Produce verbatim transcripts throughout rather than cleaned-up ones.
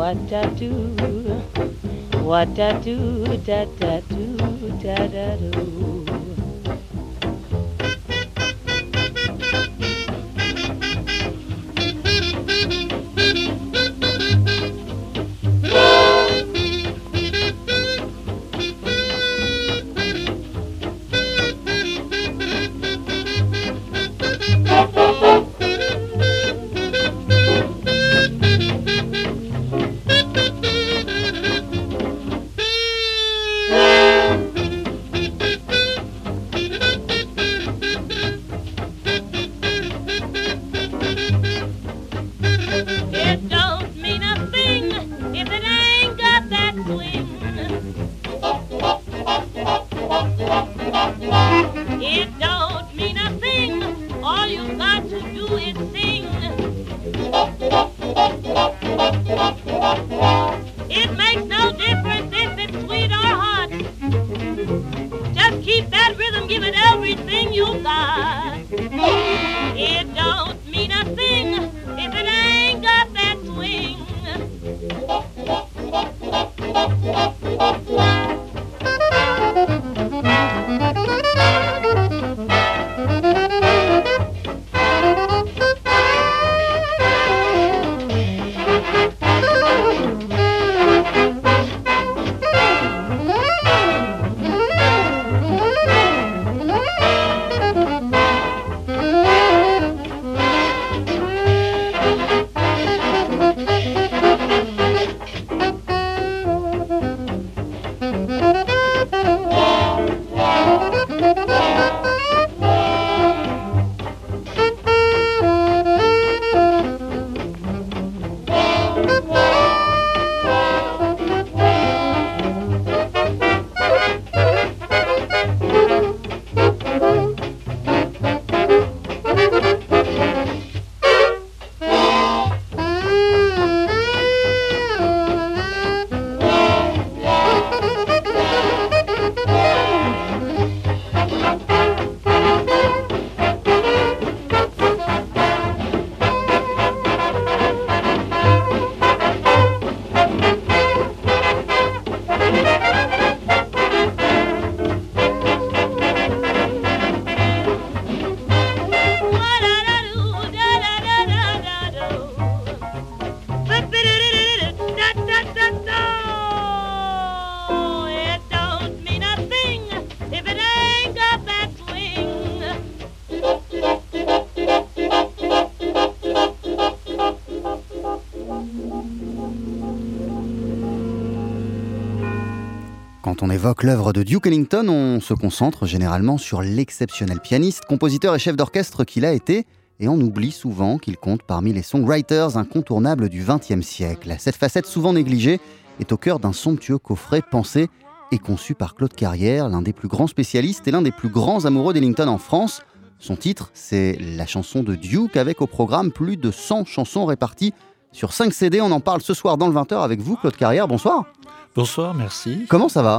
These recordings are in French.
what I do, what I do, da da do, da da do. Quand on évoque l'œuvre de Duke Ellington, on se concentre généralement sur l'exceptionnel pianiste, compositeur et chef d'orchestre qu'il a été, et on oublie souvent qu'il compte parmi les songwriters incontournables du vingtième siècle. Cette facette souvent négligée est au cœur d'un somptueux coffret pensé et conçu par Claude Carrière, l'un des plus grands spécialistes et l'un des plus grands amoureux d'Ellington en France. Son titre, c'est la chanson de Duke, avec au programme plus de cent chansons réparties sur cinq C D. On en parle ce soir dans le vingt heures avec vous, Claude Carrière. Bonsoir. Bonsoir, merci. Comment ça va ?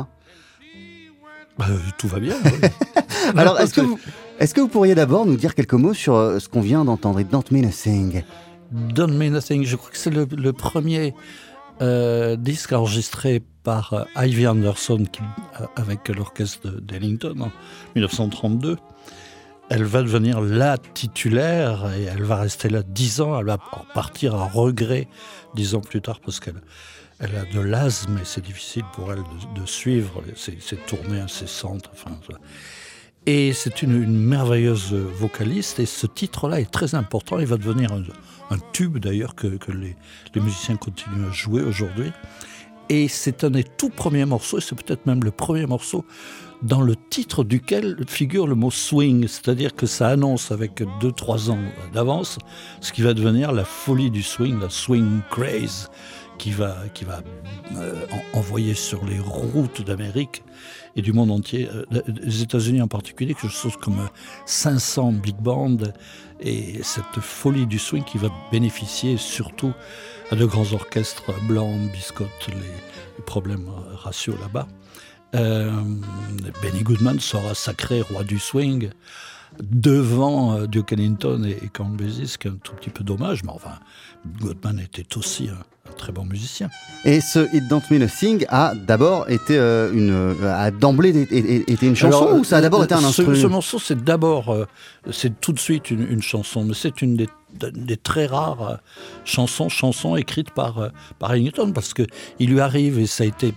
euh, Tout va bien. Oui. Alors, est-ce que, vous, est-ce que vous pourriez d'abord nous dire quelques mots sur euh, ce qu'on vient d'entendre, It Don't Mean a Thing ? Don't Mean a Thing, je crois que c'est le, le premier euh, disque enregistré par euh, Ivy Anderson qui, euh, avec l'orchestre d'Ellington en dix-neuf cent trente-deux. Elle va devenir la titulaire et elle va rester là dix ans. Elle va partir à regret dix ans plus tard parce qu'elle elle a de l'asthme et c'est difficile pour elle de, de suivre ces, ces tournées incessantes. Enfin, et c'est une, une merveilleuse vocaliste et ce titre-là est très important. Il va devenir un, un tube d'ailleurs que, que les, les musiciens continuent à jouer aujourd'hui. Et c'est un des tout premiers morceaux, et c'est peut-être même le premier morceau dans le titre duquel figure le mot swing, c'est-à-dire que ça annonce avec deux trois ans d'avance ce qui va devenir la folie du swing, la swing craze, qui va, qui va euh, en, envoyer sur les routes d'Amérique et du monde entier, euh, des États-Unis en particulier, quelque chose comme cinq cents big bands, et cette folie du swing qui va bénéficier surtout à de grands orchestres blancs, biscottes, les, les problèmes raciaux là-bas. Euh, Benny Goodman sera sacré roi du swing devant euh, Duke Ellington et, et Count Basie, ce qui est un tout petit peu dommage, mais enfin, Goodman était aussi un, très bon musicien. Et ce It Don't Mean a Thing a d'abord été euh, une, a d'emblée été, été une chanson. Alors, ou ça a d'abord été un instrument? Ce, ce morceau, c'est d'abord, euh, c'est tout de suite une, une chanson, mais c'est une des, des très rares euh, chansons, chansons écrites par, euh, par Ellington, parce qu'il lui arrive, et ça a été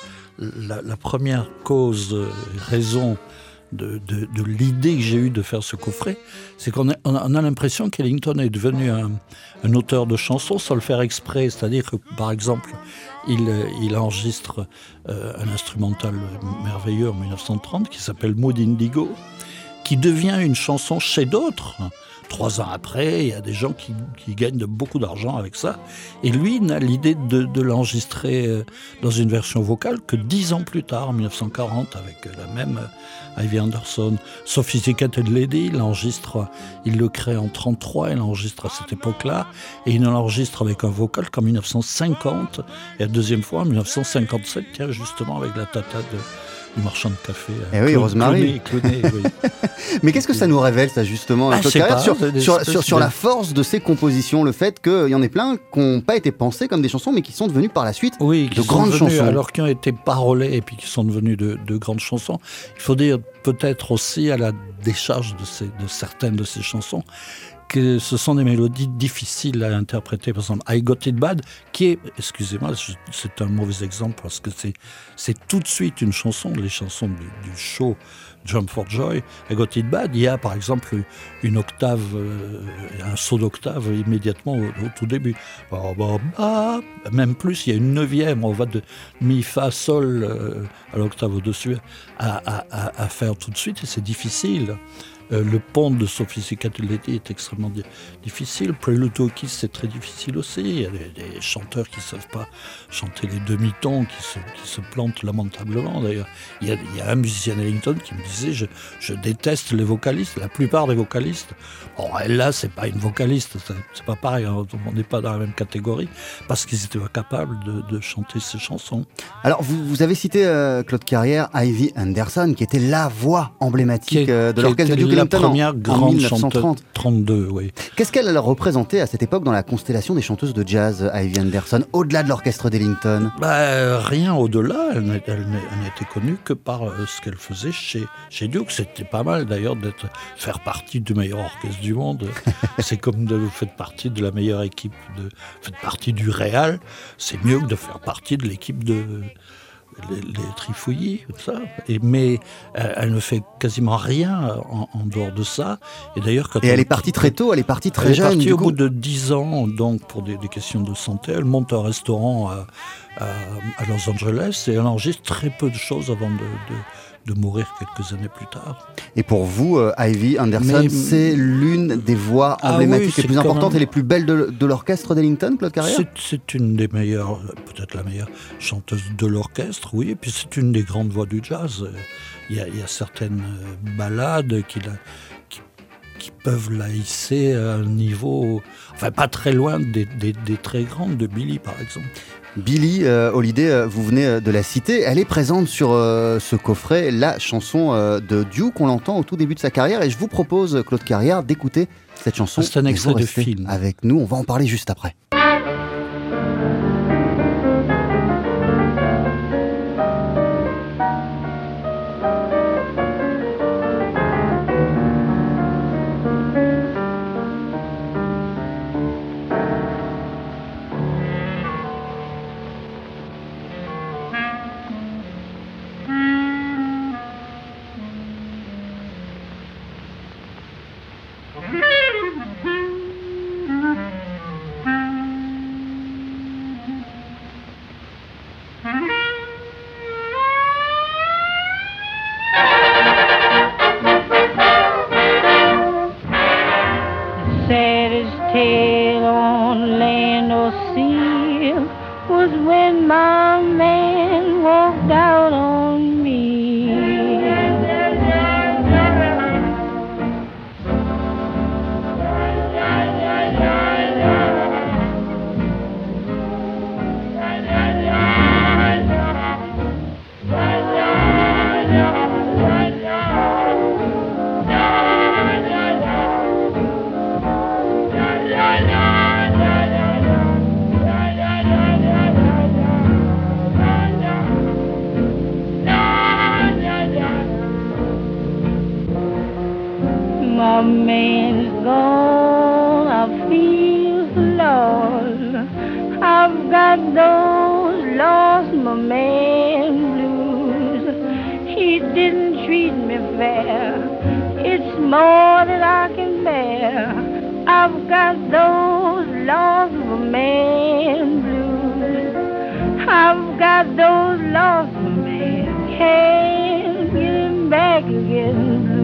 la, la première cause, euh, raison de, de, de l'idée que j'ai eue de faire ce coffret, c'est qu'on a, on a, on a l'impression qu'Ellington est devenu un, un auteur de chansons sans le faire exprès, c'est-à-dire que, par exemple, il, il enregistre euh, un instrumental merveilleux en mille neuf cent trente qui s'appelle Mood Indigo, qui devient une chanson chez d'autres. Trois ans après, il y a des gens qui, qui gagnent de, beaucoup d'argent avec ça. Et lui, il n'a l'idée de, de l'enregistrer dans une version vocale que dix ans plus tard, en mille neuf cent quarante, avec la même Ivy Anderson. Sophisticated Lady, il l'enregistre, il le crée en trente-trois, il l'enregistre à cette époque-là, et il ne l'enregistre avec un vocal qu'en mille neuf cent cinquante, et la deuxième fois en mille neuf cent cinquante-sept, tiens, justement avec la tata de... du marchand de café. Eh oui, Rosemary. Clooney, oui. Mais qu'est-ce que ça nous révèle, ça, justement, ah, Claude Carrière, pas, sur, sur, sur, sur de... la force de ces compositions, le fait qu'il y en ait plein qui n'ont pas été pensées comme des chansons, mais qui sont devenues par la suite oui, de grandes devenus, chansons. Alors qui ont été parolées et puis qui sont devenues de, de grandes chansons. Il faut dire peut-être aussi à la décharge de, ces, de certaines de ces chansons que ce sont des mélodies difficiles à interpréter. Par exemple, I Got It Bad, qui est, excusez-moi, c'est un mauvais exemple parce que c'est, c'est tout de suite une chanson, les chansons du, du show Jump for Joy. I Got It Bad, il y a par exemple une octave, euh, un saut d'octave immédiatement au, au tout début. Bah, bah, bah, même plus, il y a une neuvième, on va de mi, fa, sol euh, à l'octave au-dessus à, à, à, à faire tout de suite et c'est difficile. Euh, le pont de Sophisticated Lady est extrêmement di- difficile. Prelude to a Kiss, c'est très difficile aussi. Il y a des, des chanteurs qui ne savent pas chanter les demi-tons, qui se, qui se plantent lamentablement. D'ailleurs, il y a, il y a un musicien Ellington qui me disait je, je déteste les vocalistes, la plupart des vocalistes. Bon, elle là, c'est pas une vocaliste, c'est, c'est pas pareil, hein, on n'est pas dans la même catégorie, parce qu'ils étaient capables de, de chanter ces chansons. Alors, vous, vous avez cité, euh, Claude Carrière, Ivy Anderson, qui était la voix emblématique est, euh, de l'orchestre de Duke Ellington. La première en, grande en mille neuf cent trente. chanteuse, trente-deux, oui. Qu'est-ce qu'elle représentait à cette époque dans la constellation des chanteuses de jazz, Ivy Anderson, au-delà de l'orchestre d'Ellington? Bah, rien au-delà. Elle, n'a, elle, elle n'était connue que par euh, ce qu'elle faisait chez, chez Duke. C'était pas mal d'ailleurs de faire partie du meilleur orchestre du monde. C'est comme de faire partie de la meilleure équipe, de faire partie du Real. C'est mieux que de faire partie de l'équipe de... Les, les Trifouillis, tout ça. Et, mais euh, elle ne fait quasiment rien en, en dehors de ça. Et d'ailleurs, quand et elle, elle est partie très tôt, elle est partie très elle jeune. Elle est partie du au coup. bout de dix ans, donc pour des, des questions de santé. Elle monte un restaurant à, à, à Los Angeles et elle enregistre très peu de choses avant de, de, de mourir quelques années plus tard. Et pour vous, euh, Ivy Anderson, mais, c'est l'une des voix ah emblématiques oui, les plus importantes même... et les plus belles de, de l'orchestre d'Ellington, Claude Carrière? c'est, c'est une des meilleures, peut-être la meilleure chanteuse de l'orchestre, oui. Et puis c'est une des grandes voix du jazz. Il y a, il y a certaines ballades qui, la, qui, qui peuvent la hisser à un niveau, enfin pas très loin des, des, des très grandes, de Billie par exemple. Billie euh, Holiday, euh, vous venez de la citer, elle est présente sur euh, ce coffret, la chanson euh, de Duke, on l'entend au tout début de sa carrière, et je vous propose, Claude Carrière, d'écouter cette chanson. C'est un extrait de film. Avec nous, on va en parler juste après. Tale on land or sea was when my man walked out on me. got those lost my man blues. He didn't treat me fair. It's more than I can bear. I've got those lost my man blues. I've got those lost my man. Can't get him back again blues.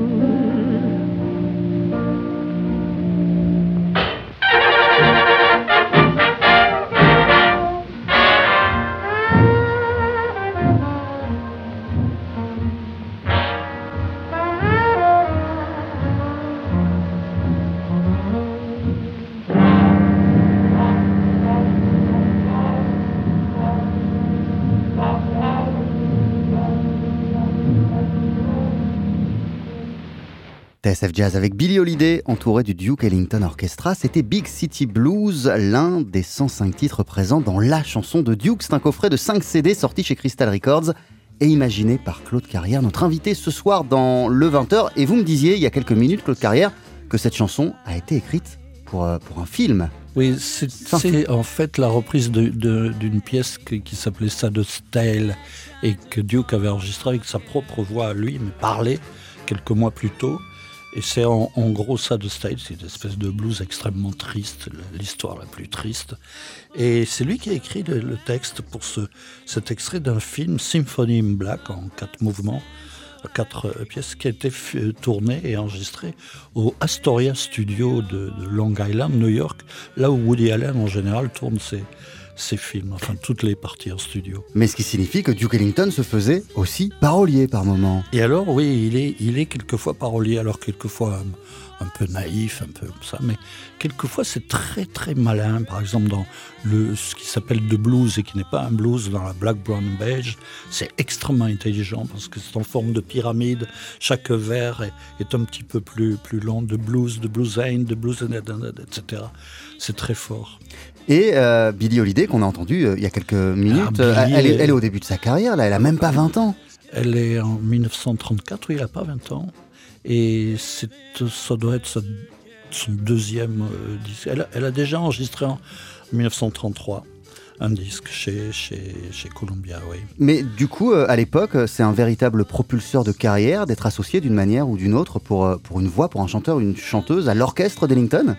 T S F Jazz avec Billie Holiday, entouré du Duke Ellington Orchestra. C'était Big City Blues, l'un des cent cinq titres présents dans La chanson de Duke. C'est un coffret de cinq C D sorti chez Crystal Records et imaginé par Claude Carrière, notre invité ce soir dans le vingt heures. Et vous me disiez, il y a quelques minutes, Claude Carrière, que cette chanson a été écrite pour, pour un film. Oui, c'est, c'est en fait la reprise de, de, d'une pièce qui, qui s'appelait Sadduce's Tale et que Duke avait enregistrée avec sa propre voix à lui, mais parlé quelques mois plus tôt. Et c'est en, en gros Sadduce's Tale, c'est une espèce de blues extrêmement triste, l'histoire la plus triste. Et c'est lui qui a écrit le, le texte pour ce, cet extrait d'un film Symphony in Black en quatre mouvements, quatre pièces qui a été f- tourné et enregistré au Astoria Studio de, de Long Island, New York, là où Woody Allen en général tourne ses, ses films, enfin toutes les parties en studio. Mais ce qui signifie que Duke Ellington se faisait aussi parolier par moments. Et alors, oui, il est, il est quelquefois parolier, alors quelquefois un, un peu naïf, un peu comme ça, mais quelquefois c'est très très malin. Par exemple, dans le, ce qui s'appelle The Blues et qui n'est pas un blues, dans la Black, Brown and Beige, c'est extrêmement intelligent parce que c'est en forme de pyramide. Chaque vers est, est un petit peu plus, plus long. The Blues, The Blues Ain't, The Blues and et cetera. C'est très fort. Et euh, Billie Holiday, qu'on a entendu euh, il y a quelques minutes, Ah, euh, elle, est, est... elle est au début de sa carrière, là, elle a même pas vingt ans. Elle est en dix-neuf cent trente-quatre, oui, elle n'a pas vingt ans. Et c'est, ça doit être sa, son deuxième euh, disque. Elle a, elle a déjà enregistré en dix-neuf cent trente-trois un disque chez, chez, chez Columbia, oui. Mais du coup, euh, à l'époque, c'est un véritable propulseur de carrière d'être associé d'une manière ou d'une autre pour, euh, pour une voix, pour un chanteur, une chanteuse à l'orchestre d'Ellington.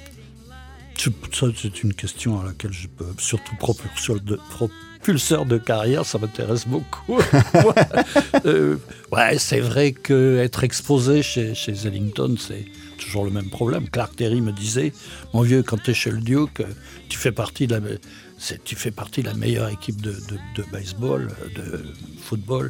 Ça, c'est une question à laquelle je peux, surtout propulseur de, propulseur de carrière, ça m'intéresse beaucoup. ouais, euh, ouais, c'est vrai qu'être exposé chez, chez Ellington, c'est toujours le même problème. Clark Terry me disait, mon vieux, quand tu es chez le Duke, tu fais partie de la, c'est, tu fais partie de la meilleure équipe de, de, de baseball, de football,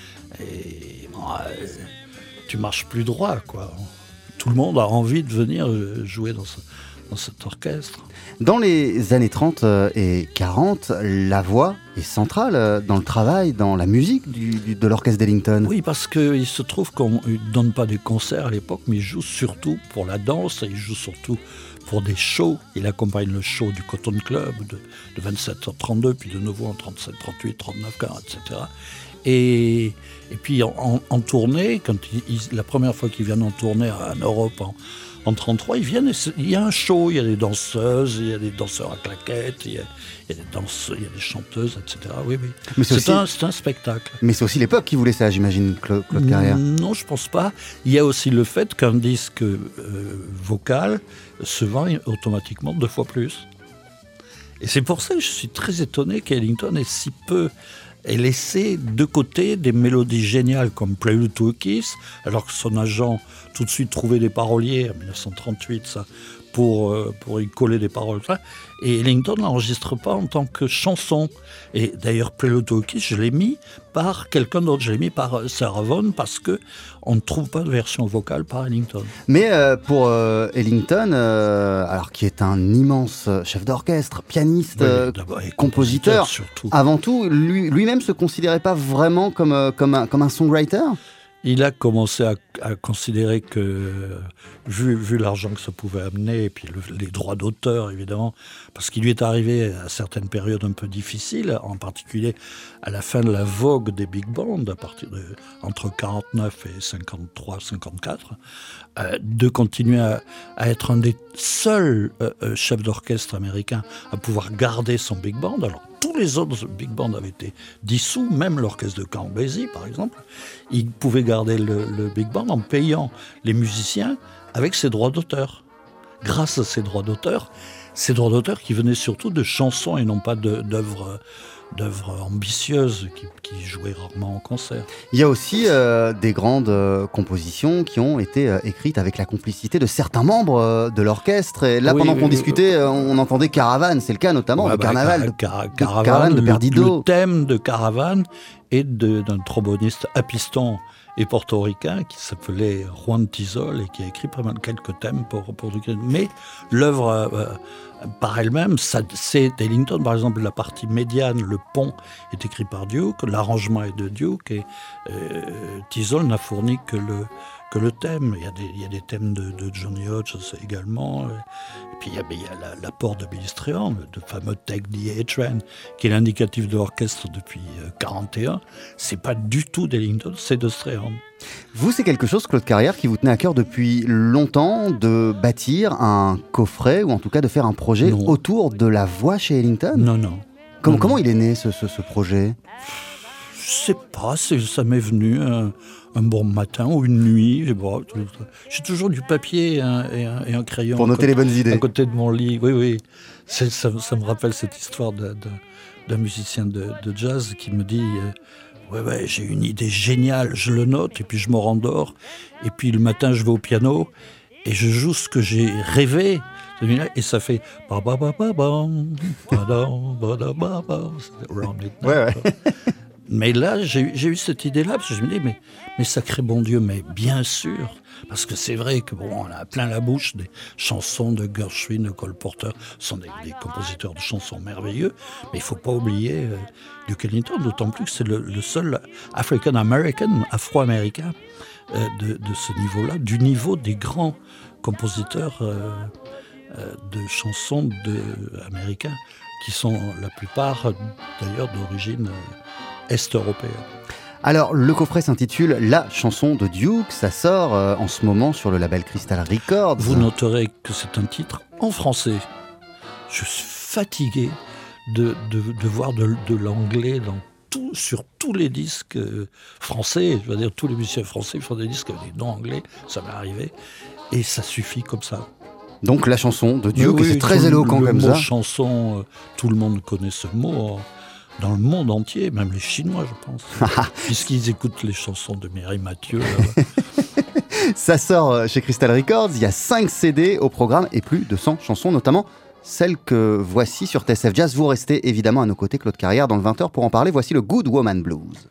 et bon, euh, tu marches plus droit, quoi. Tout le monde a envie de venir jouer dans ce dans cet orchestre. Dans les années trente et quarante, la voix est centrale dans le travail, dans la musique du, du, de l'orchestre d'Ellington. Oui, parce qu'il se trouve qu'on ne donne pas des concerts à l'époque, mais il joue surtout pour la danse, et il joue surtout pour des shows. Il accompagne le show du Cotton Club de, de vingt-sept heures trente-deux, puis de nouveau en trente-sept, trente-huit, trente-neuf, quarante, et cetera. Et, et puis en, en, en tournée, quand il, il, la première fois qu'ils viennent en tournée en Europe, en En trente-trois, ils viennent, et il y a un show, il y a des danseuses, il y a des danseurs à claquettes, il y a, il y a des danseuses, il y a des chanteuses, et cetera. Oui, oui. Mais c'est, c'est, aussi... un, c'est un spectacle. Mais c'est aussi l'époque qui voulait ça, j'imagine, Claude, Claude Carrière. Non, je pense pas. Il y a aussi le fait qu'un disque euh, vocal se vend automatiquement deux fois plus. Et c'est pour ça que je suis très étonné qu'Ellington ait si peu et laissé de côté des mélodies géniales comme Prelude to a Kiss, alors que son agent tout de suite trouvait des paroliers, en dix-neuf cent trente-huit, ça, pour, euh, pour y coller des paroles. Et Ellington n'enregistre pas en tant que chanson. Et d'ailleurs, Prelude to a Kiss, je l'ai mis par quelqu'un d'autre, je l'ai mis par Sarah Vaughan, parce qu'on ne trouve pas de version vocale par Ellington. Mais euh, pour euh, Ellington, euh, alors qui est un immense chef d'orchestre, pianiste, oui, euh, compositeur, compositeur surtout. Avant tout, lui, lui-même se considérait pas vraiment comme, euh, comme, un, comme un songwriter ? il a commencé à, à considérer que, vu, vu l'argent que ça pouvait amener, et puis le, les droits d'auteur, évidemment, parce qu'il lui est arrivé à certaines périodes un peu difficiles, en particulier à la fin de la vogue des big bands, à partir de, entre quarante-neuf et cinquante-trois cinquante-quatre, euh, de continuer à, à être un des seuls euh, chefs d'orchestre américains à pouvoir garder son big band. Alors, tous les autres big bands avaient été dissous, même l'orchestre de Count Basie, par exemple. Il pouvait garder le, le big band en payant les musiciens avec ses droits d'auteur. Grâce à ces droits d'auteur, ces droits d'auteur qui venaient surtout de chansons et non pas de, d'œuvres, d'œuvres ambitieuses qui, qui jouaient rarement en concert. Il y a aussi euh, des grandes euh, compositions qui ont été euh, écrites avec la complicité de certains membres euh, de l'orchestre. Et là, oui, pendant qu'on euh, discutait, euh, on entendait Caravane, c'est le cas notamment, ouais, le bah, Carnaval, car, car, de, Caravane, Caravane de le, Perdido. Le thème de Caravane est de, d'un tromboniste à piston et portoricain qui s'appelait Juan Tizol et qui a écrit pas mal quelques thèmes pour, pour mais l'œuvre euh, par elle-même, ça, c'est Ellington, par exemple, la partie médiane, le pont est écrit par Duke, l'arrangement est de Duke et euh, Tizol n'a fourni que le, que le thème. Il y a des, il y a des thèmes de, de Johnny Hodge également. Et puis il y a, il y a la, l'apport de Billy Strayhorn, le fameux Take the A-Train, qui est l'indicatif de l'orchestre depuis quarante et un. C'est pas du tout d'Ellington, c'est de Strayhorn. Vous, c'est quelque chose, Claude Carrière, qui vous tenait à cœur depuis longtemps, de bâtir un coffret, ou en tout cas de faire un projet non. autour de la voix chez Ellington ? Non, non. Comment, non, comment non. il est né, ce, ce, ce projet ? Je sais pas, c'est, ça m'est venu un, un bon matin ou une nuit. Bon, j'ai toujours du papier et un, et un, et un crayon. Pour noter côté, les bonnes idées. À côté de mon lit, oui, oui. C'est, ça, ça me rappelle cette histoire de, de, d'un musicien de, de jazz qui me dit... Euh, Ouais, ouais, j'ai une idée géniale, je le note, et puis je me rendors, et puis le matin, je vais au piano, et je joue ce que j'ai rêvé, et ça fait... Ouais, ouais. Mais là, j'ai, j'ai eu cette idée-là, parce que je me dis, mais, mais sacré bon Dieu, mais bien sûr, parce que c'est vrai que bon, on a plein la bouche des chansons de Gershwin, de Cole Porter, ce sont des, des compositeurs de chansons merveilleux, mais il ne faut pas oublier euh, Duke Ellington, d'autant plus que c'est le, le seul African-American, afro-américain euh, de, de ce niveau-là, du niveau des grands compositeurs euh, euh, de chansons de, américains, qui sont la plupart d'ailleurs d'origine euh, est-européenne. Alors, le coffret s'intitule « La chanson de Duke ». Ça sort euh, en ce moment sur le label Crystal Records. Vous noterez que c'est un titre en français. Je suis fatigué de, de, de voir de, de l'anglais dans tout, sur tous les disques français. Je veux dire, tous les musiciens français font des disques avec des noms anglais. Ça m'est arrivé. Et ça suffit comme ça. Donc, la chanson de Duke, oui, c'est très éloquent le comme mot ça. Chanson, euh, tout le monde connaît ce mot. Dans le monde entier, même les Chinois, je pense, puisqu'ils écoutent les chansons de Mireille Mathieu. Ça sort chez Crystal Records, il y a cinq C D au programme et plus de cent chansons, notamment celle que voici sur T S F Jazz. Vous restez évidemment à nos côtés, Claude Carrière, dans le vingt heures pour en parler. Voici le Good Woman Blues.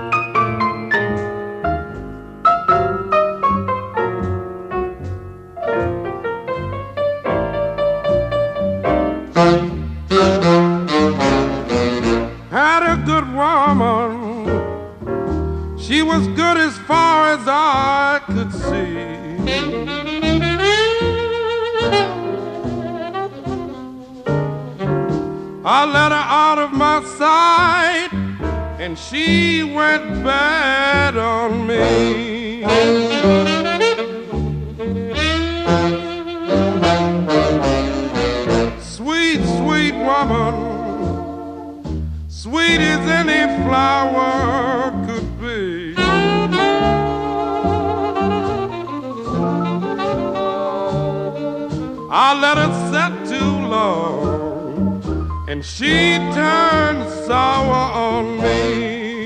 She was good as far as I could see. I let her out of my sight, and she went bad on me. Sweet, sweet woman, sweet as any flower could be. I let her set too long, and she turned sour on me.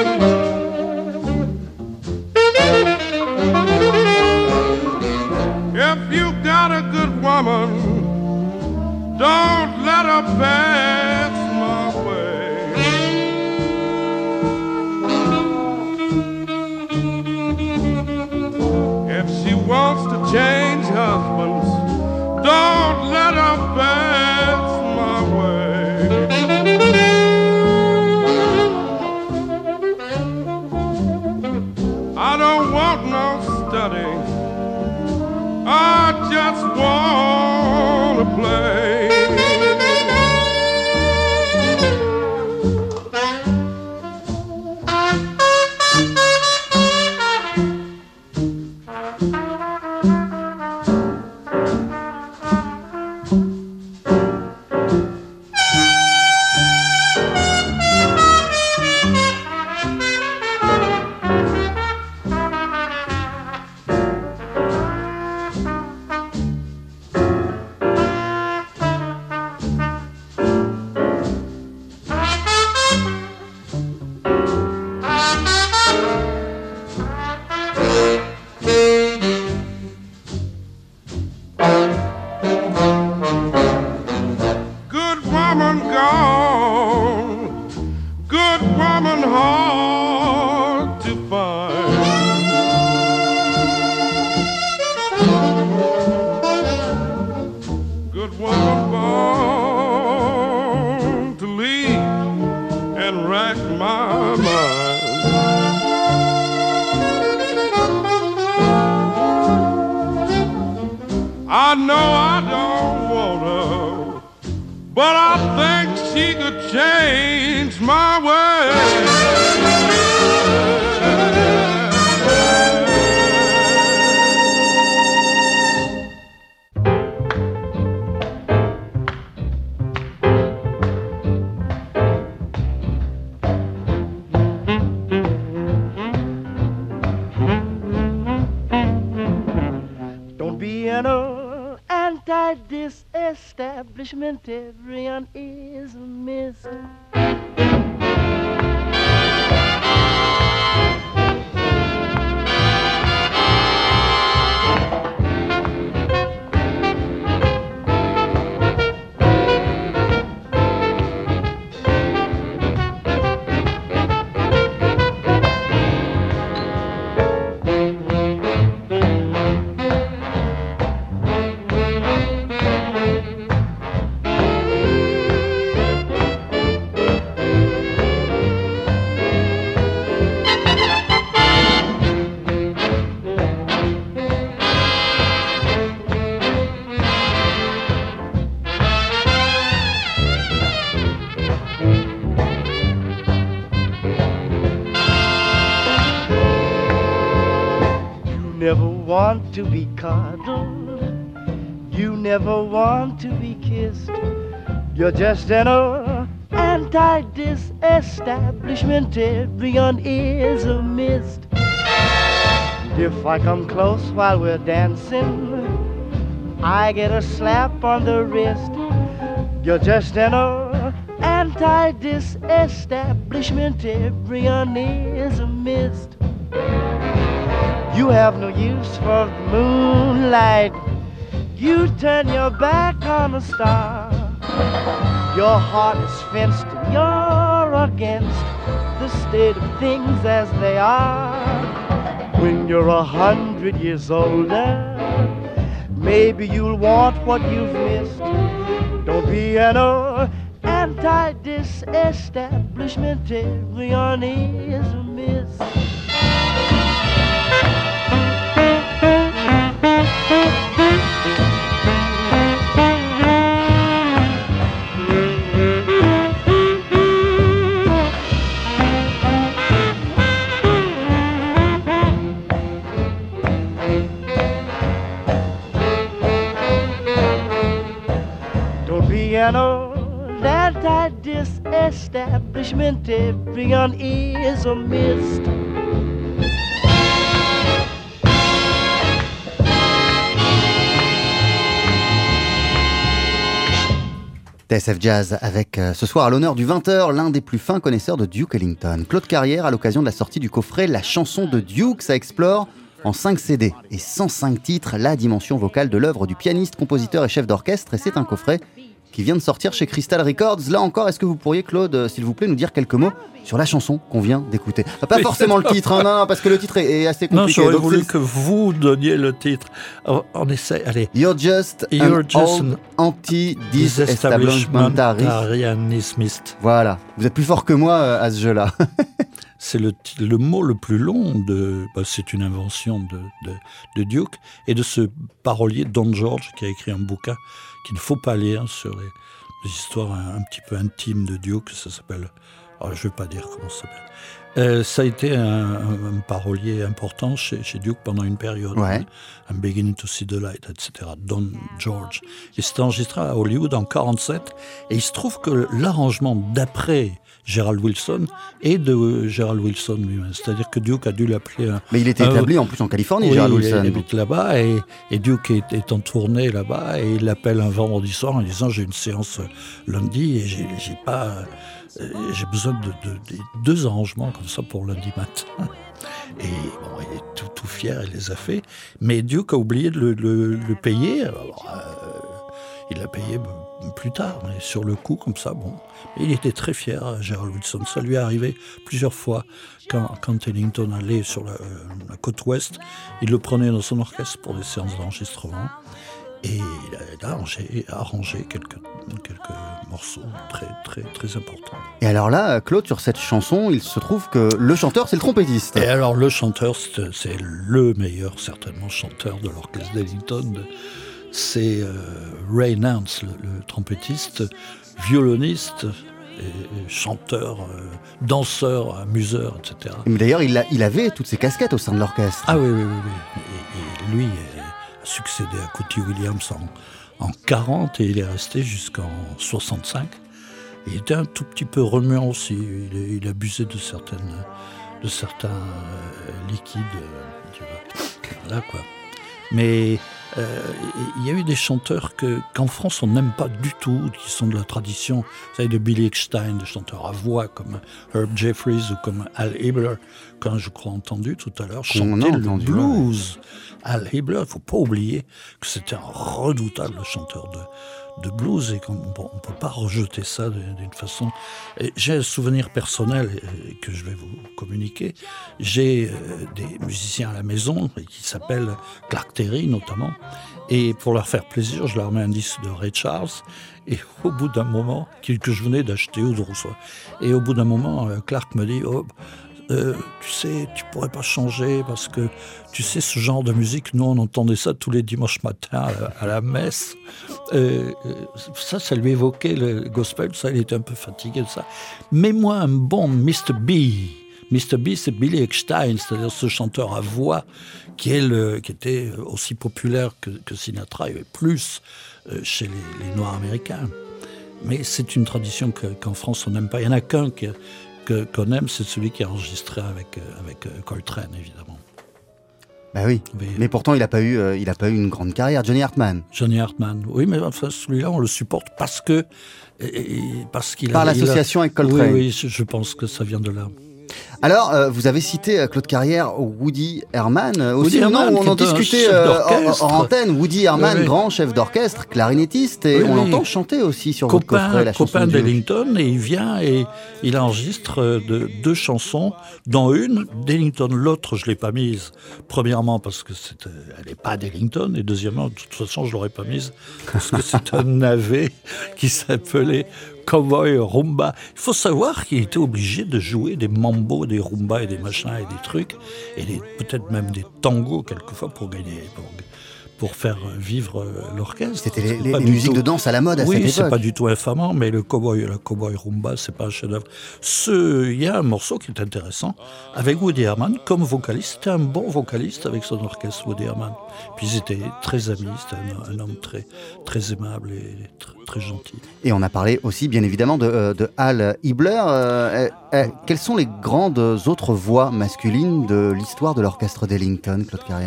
If you got a good woman, don't let her pass my way. If she wants to change husbands, don't let her pass my way. I don't Good woman gone, good woman hard to find. Good woman born to leave and rack my mind. I know I don't want her, but I think she could change my ways. Don't be an anti-disestablishment, everyone is a miss. Never want to be coddled, you never want to be kissed. You're just an uh, anti-disestablishment, everyone is a mist. If I come close while we're dancing, I get a slap on the wrist. You're just an uh, anti-disestablishment, everyone is a mist. You have no use for the moonlight. You turn your back on a star. Your heart is fenced and you're against the state of things as they are. When you're a hundred years older, maybe you'll want what you've missed. Don't be an uh, anti-disestablishment, everyone is a miss. Don't be an old anti-disestablishment, everyone is a mist. T S F Jazz avec euh, ce soir à l'honneur du vingt heures, l'un des plus fins connaisseurs de Duke Ellington. Claude Carrière à l'occasion de la sortie du coffret La chanson de Duke, ça explore en cinq C D et cent cinq titres la dimension vocale de l'œuvre du pianiste, compositeur et chef d'orchestre, et c'est un coffret qui vient de sortir chez Crystal Records. Là encore, est-ce que vous pourriez, Claude, euh, s'il vous plaît, nous dire quelques mots sur la chanson qu'on vient d'écouter? ah, Pas forcément le titre, hein, non, non, parce que le titre est, est assez compliqué. Non, j'aurais donc voulu c'est... que vous donniez le titre. On, on essaie, allez. You're just You're an just old anti-disestablishmentarist. Voilà, vous êtes plus fort que moi euh, à ce jeu-là. C'est le, le mot le plus long de. Bah, c'est une invention de, de, de Duke et de ce parolier Don George qui a écrit un bouquin qu'il ne faut pas lire sur les, les histoires un, un petit peu intimes de Duke. Ça s'appelle. Oh, je ne vais pas dire comment ça s'appelle. Euh, ça a été un, un, un parolier important chez, chez Duke pendant une période. Ouais. I'm beginning to see the light, et cetera. Don George. Et c'était enregistré à Hollywood en quarante-sept. Et il se trouve que l'arrangement d'après Gerald Wilson est de Gerald Wilson lui-même. C'est-à-dire que Duke a dû l'appeler... Un, Mais il était un, établi en plus en Californie, oui, Gerald Wilson. il habite là-bas et, et Duke est, est en tournée là-bas et il l'appelle un vendredi soir en disant « J'ai une séance lundi et j'ai, j'ai pas... Euh, j'ai besoin de, de, de deux arrangements comme ça pour lundi matin. » Et bon, il est tout, tout fier, il les a fait. Mais Duke a oublié de le, le, le payer. Alors, euh, il l'a payé plus tard, mais sur le coup, comme ça, bon. Et il était très fier, Gerald Wilson. Ça lui est arrivé plusieurs fois quand, quand Ellington allait sur la, la côte ouest. Il le prenait dans son orchestre pour des séances d'enregistrement. Et il a arrangé, arrangé quelques, quelques morceaux très, très, très importants. Et alors là, Claude, sur cette chanson, il se trouve que le chanteur, c'est le trompettiste. Et alors, le chanteur, c'est, c'est le meilleur, certainement, chanteur de l'orchestre d'Ellington. C'est euh, Ray Nance, le, le trompettiste, violoniste, et, et chanteur, euh, danseur, amuseur, et cetera. Mais d'ailleurs, il, a, il avait toutes ces casquettes au sein de l'orchestre. Ah oui, oui, oui. oui. Et, et lui a succédé à Cootie Williams en, en quarante et il est resté jusqu'en soixante-cinq. Il était un tout petit peu remuant aussi. Il, il abusait de certaines, de certains euh, liquides. Euh, tu vois. Voilà quoi. Mais euh, il y a eu des chanteurs que, qu'en France on n'aime pas du tout, qui sont de la tradition, vous savez, de Billy Eckstine, des chanteurs à voix comme Herb Jeffries ou comme Al Hibbler, qu'on je crois entendu tout à l'heure, chanter le entendu, blues. Ouais. Al Hibbler, il ne faut pas oublier que c'était un redoutable chanteur de, de blues et qu'on ne peut pas rejeter ça d'une façon. Et j'ai un souvenir personnel que je vais vous communiquer. J'ai des musiciens à la maison qui s'appellent Clark Terry notamment. Et pour leur faire plaisir, je leur mets un disque de Ray Charles. Et au bout d'un moment, que je venais d'acheter ou de recevoir, et au bout d'un moment, Clark me dit oh, Euh, tu sais, tu pourrais pas changer parce que, tu sais, ce genre de musique, nous, on entendait ça tous les dimanches matins à la, à la messe. Euh, ça, ça lui évoquait le gospel, ça, il était un peu fatigué de ça. Mets-moi un bon mister B. mister B, c'est Billy Eckstine, c'est-à-dire ce chanteur à voix qui, est le, qui était aussi populaire que, que Sinatra, et plus euh, chez les, les Noirs américains. Mais c'est une tradition que, qu'en France, on n'aime pas. Il n'y en a qu'un qui... Que, qu'on aime, c'est celui qui a enregistré avec, avec Coltrane, évidemment. Bah oui, mais, mais pourtant il n'a pas, euh, pas eu une grande carrière, Johnny Hartman. Johnny Hartman, oui, mais enfin, celui-là, on le supporte parce que... Et, et parce qu'il Par a, l'association a, avec Coltrane. Oui, oui, je, je pense que ça vient de là. Alors, euh, vous avez cité euh, Claude Carrière, Woody Herman, euh, aussi, Woody Herman, non, on en discutait euh, en, en antenne. Woody Herman, oui, oui. grand chef d'orchestre, clarinettiste, et oui, on oui. l'entend chanter aussi sur copain, votre coffret, la chanson copain d'Ellington, et il vient et il enregistre de, deux chansons, dont une d'Ellington, l'autre je l'ai pas mise. Premièrement parce que c'est, elle n'est pas d'Ellington, et deuxièmement, de toute façon je l'aurais pas mise parce que c'est un navet qui s'appelait Cowboy Rumba. Il faut savoir qu'il était obligé de jouer des mambos, des rumbas et des machins et des trucs, et des, peut-être même des tangos quelquefois pour gagner, pour, pour faire vivre l'orchestre. C'était les, les, les musiques tout... de danse à la mode à oui, cette époque. Oui, c'est pas du tout infamant, mais le cowboy, le cowboy rumba, c'est pas un chef-d'œuvre. Ce, il y a un morceau qui est intéressant avec Woody Herman comme vocaliste. C'était un bon vocaliste avec son orchestre, Woody Herman. Puis ils étaient très amis, c'était un, un homme très, très aimable et très, très gentil. Et on a parlé aussi, bien évidemment, de, de Al Hibbler. Euh, euh, quelles sont les grandes autres voix masculines de l'histoire de l'orchestre d'Ellington, Claude Carrière ?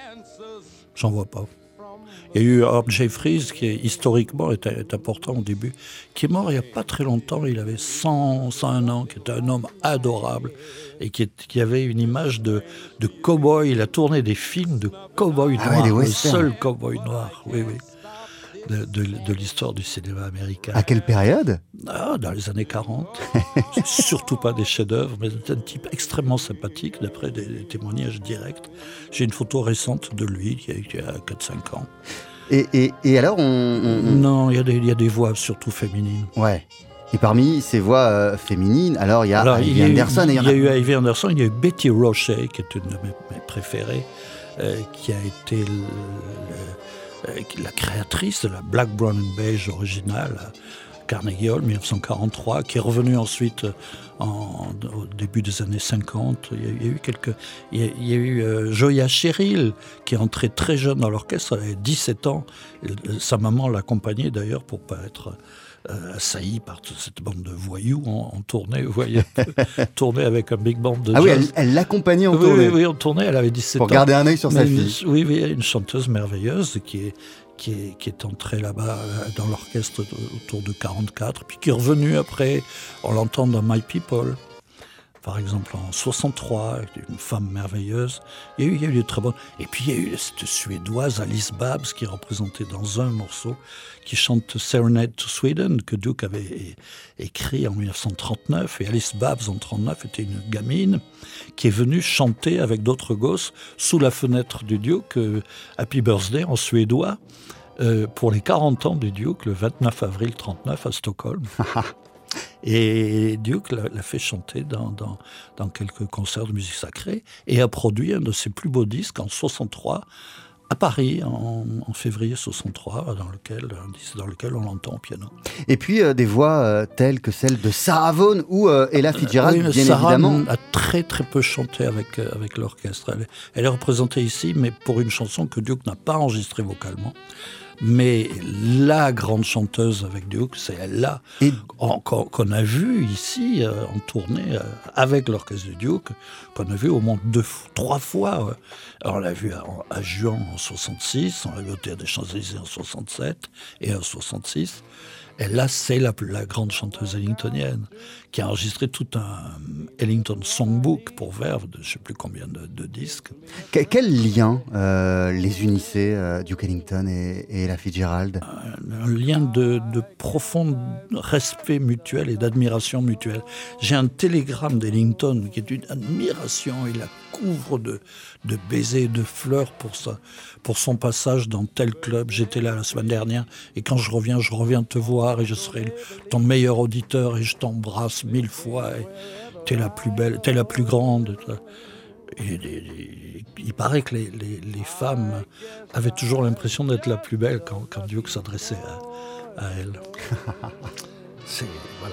J'en vois pas. Il y a eu Herb Jeffries, qui est, historiquement est, est important au début, qui est mort il n'y a pas très longtemps. Il avait cent, cent un ans, qui était un homme adorable et qui, est, qui avait une image de, de cow-boy. Il a tourné des films de cow-boy ah noir, ouais, le seul cow-boy noir, oui, oui, de, de, de l'histoire du cinéma américain. À quelle période ? Ah, dans les années quarante. C'est surtout pas des chefs-d'œuvre, mais c'est un type extrêmement sympathique, d'après des, des témoignages directs. J'ai une photo récente de lui, qui a, qui a quatre cinq ans. Et, et, et alors, on... on... Non, il y, a des, il y a des voix surtout féminines. Ouais. Et parmi ces voix euh, féminines, alors il y a alors, Ivy Anderson. Il y, et il y, y a, a... eu Ivy Anderson, il y a eu Betty Rochet, qui est une de mes, mes préférées, euh, qui a été le, le, euh, la créatrice de la Black, Brown and Beige originale, Carnegie Hall, dix-neuf cent quarante-trois, qui est revenue ensuite en, au début des années cinquante. Il y a, il y a eu quelques... Il y a, il y a eu euh, Joya Cheryl, qui est entrée très jeune dans l'orchestre, elle avait dix-sept ans. Et, sa maman l'accompagnait d'ailleurs pour ne pas être euh, assaillie par toute cette bande de voyous en, en tournée, vous voyez, tournée avec un big band de ah jazz. Oui, elle, elle l'accompagnait en oui, tournée. Oui, oui, en tournée, elle avait dix-sept pour ans. Pour garder un œil sur Mais sa une, fille. Oui, oui, une chanteuse merveilleuse qui est... Qui est, qui est entré là-bas dans l'orchestre autour de quarante-quatre, puis qui est revenu après, on l'entend dans My People. par exemple en soixante-trois, une femme merveilleuse. Il y a eu, il y a eu des très bonnes. Et puis il y a eu cette Suédoise Alice Babs qui est représentée dans un morceau, qui chante Serenade to Sweden, que Duke avait écrit en dix-neuf cent trente-neuf. Et Alice Babs, en trente-neuf, était une gamine qui est venue chanter avec d'autres gosses sous la fenêtre du Duke euh, Happy Birthday en suédois euh, pour les quarante ans du Duke, le vingt-neuf avril trente-neuf à Stockholm. Et Duke l'a, l'a fait chanter dans, dans, dans quelques concerts de musique sacrée et a produit un de ses plus beaux disques en soixante-trois à Paris, en, en février soixante-trois, dans lequel, un disque dans lequel on l'entend au piano. Et puis euh, des voix euh, telles que celle de Sarah Vaughan ou euh, Ella Fitzgerald, oui, bien Sarah évidemment. a très très peu chanté avec, euh, avec l'orchestre. Elle, elle est représentée ici, mais pour une chanson que Duke n'a pas enregistrée vocalement. Mais la grande chanteuse avec Duke, c'est elle-là, Et... qu'on, qu'on a vue ici euh, en tournée euh, avec l'orchestre de Duke, qu'on a vu au moins deux, trois fois. Euh. Alors on l'a vue à, à Juan en soixante-six, on l'a vue au Théâtre des Champs-Élysées en soixante-sept et en soixante-six. Et là, c'est la, la grande chanteuse ellingtonienne qui a enregistré tout un Ellington Songbook pour Verve de je ne sais plus combien de, de disques. Que, quel lien euh, les unissait, euh, Duke Ellington et, et Ella Fitzgerald ? un, un lien de, de profond respect mutuel et d'admiration mutuelle. J'ai un télégramme d'Ellington qui est une admiration. Il la couvre de, de baisers et de fleurs pour, sa, pour son passage dans tel club. J'étais là la semaine dernière et quand je reviens, je reviens te voir et je serai ton meilleur auditeur et je t'embrasse mille fois. Et t'es la plus belle, t'es la plus grande. Et, et, et, il paraît que les, les, les femmes avaient toujours l'impression d'être la plus belle quand, quand Duke s'adressait à, à elle. C'est, voilà.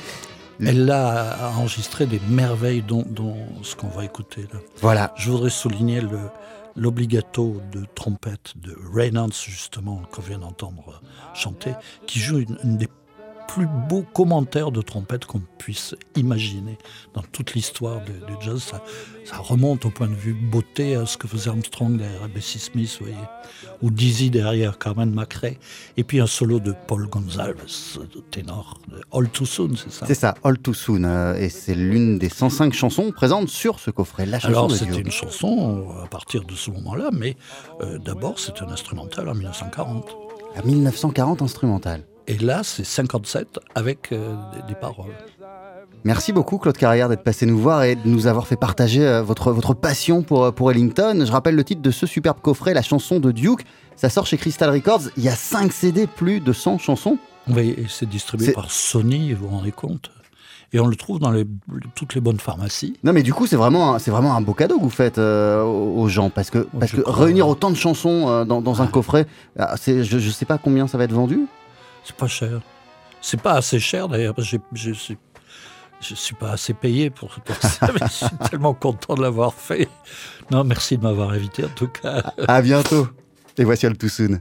Elle a enregistré des merveilles, dont, dont ce qu'on va écouter là. Voilà. Je voudrais souligner le, l'obligato de trompette de Reynolds, justement, qu'on vient d'entendre chanter, qui joue une, une des plus beaux commentaires de trompette qu'on puisse imaginer dans toute l'histoire du jazz. Ça, ça remonte au point de vue beauté à ce que faisait Armstrong derrière Bessie Smith, vous voyez, ou Dizzy derrière Carmen McRae, et puis un solo de Paul Gonsalves, ténor, de All Too Soon, c'est ça ? C'est ça, All Too Soon, euh, et c'est l'une des cent cinq chansons présentes sur ce coffret, la chanson Alors, de c'était Duke. une chanson à partir de ce moment-là, mais euh, d'abord, c'est un instrumental en dix-neuf cent quarante. À dix-neuf cent quarante, instrumental. Et là, c'est cinquante-sept avec euh, des, des paroles. Merci beaucoup Claude Carrière d'être passé nous voir et de nous avoir fait partager euh, votre, votre passion pour, pour Ellington. Je rappelle le titre de ce superbe coffret, la chanson de Duke. Ça sort chez Crystal Records. Il y a cinq C D, plus de cent chansons. Oui, et c'est distribué c'est... par Sony, vous vous rendez compte ? Et on le trouve dans les, toutes les bonnes pharmacies. Non mais du coup c'est vraiment un, c'est vraiment un beau cadeau que vous faites euh, aux gens parce que, parce que réunir autant de chansons euh, dans, dans un coffret, c'est, je ne sais pas combien ça va être vendu. C'est pas cher. C'est pas assez cher d'ailleurs, parce que je suis, je suis pas assez payé pour, pour ça, mais je suis tellement content de l'avoir fait. Non, merci de m'avoir invité en tout cas. À, à bientôt. Et voici All Too Soon.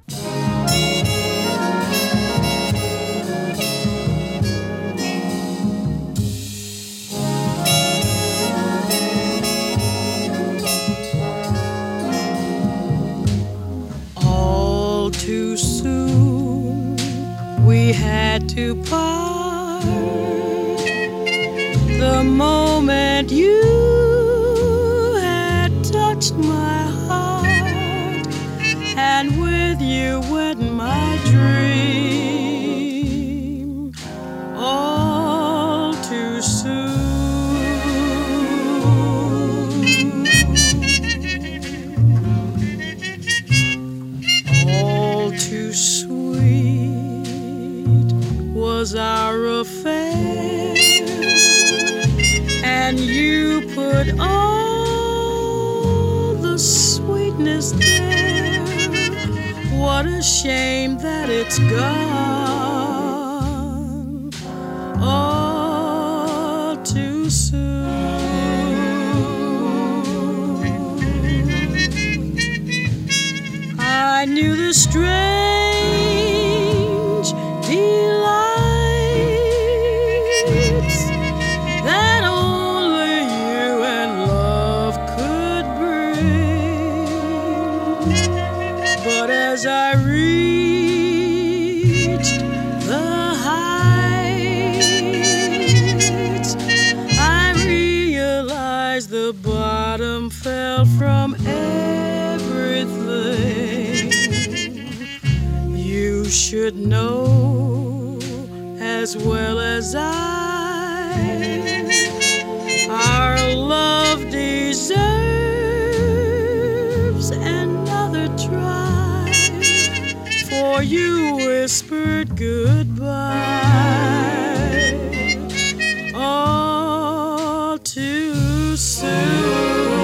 All too soon we had to part. The moment you had touched my heart, and with you went my dream. All too soon. All too sweet was our affair, and you put all the sweetness there. What a shame that it's gone all too soon. I knew the strange delights that only you and love could bring, but as I reached should know as well as I, our love deserves another try. For you whispered goodbye all too soon.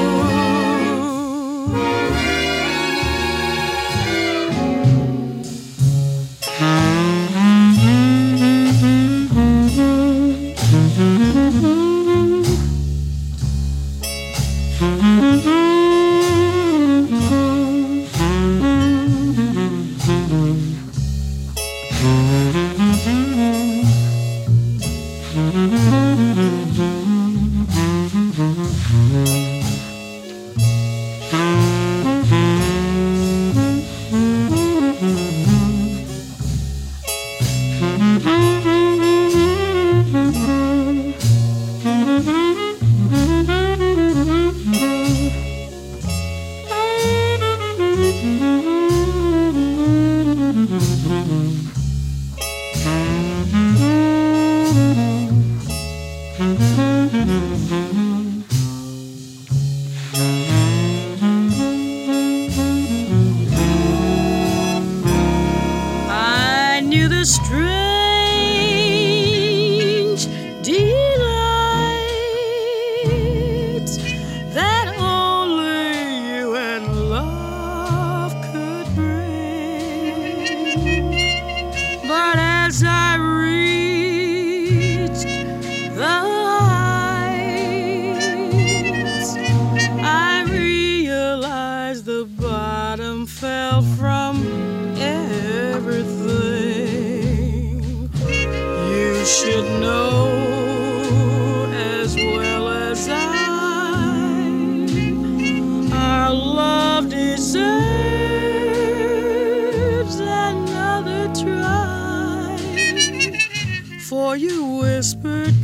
For you whispered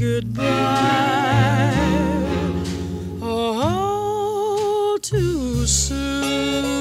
goodbye all too soon.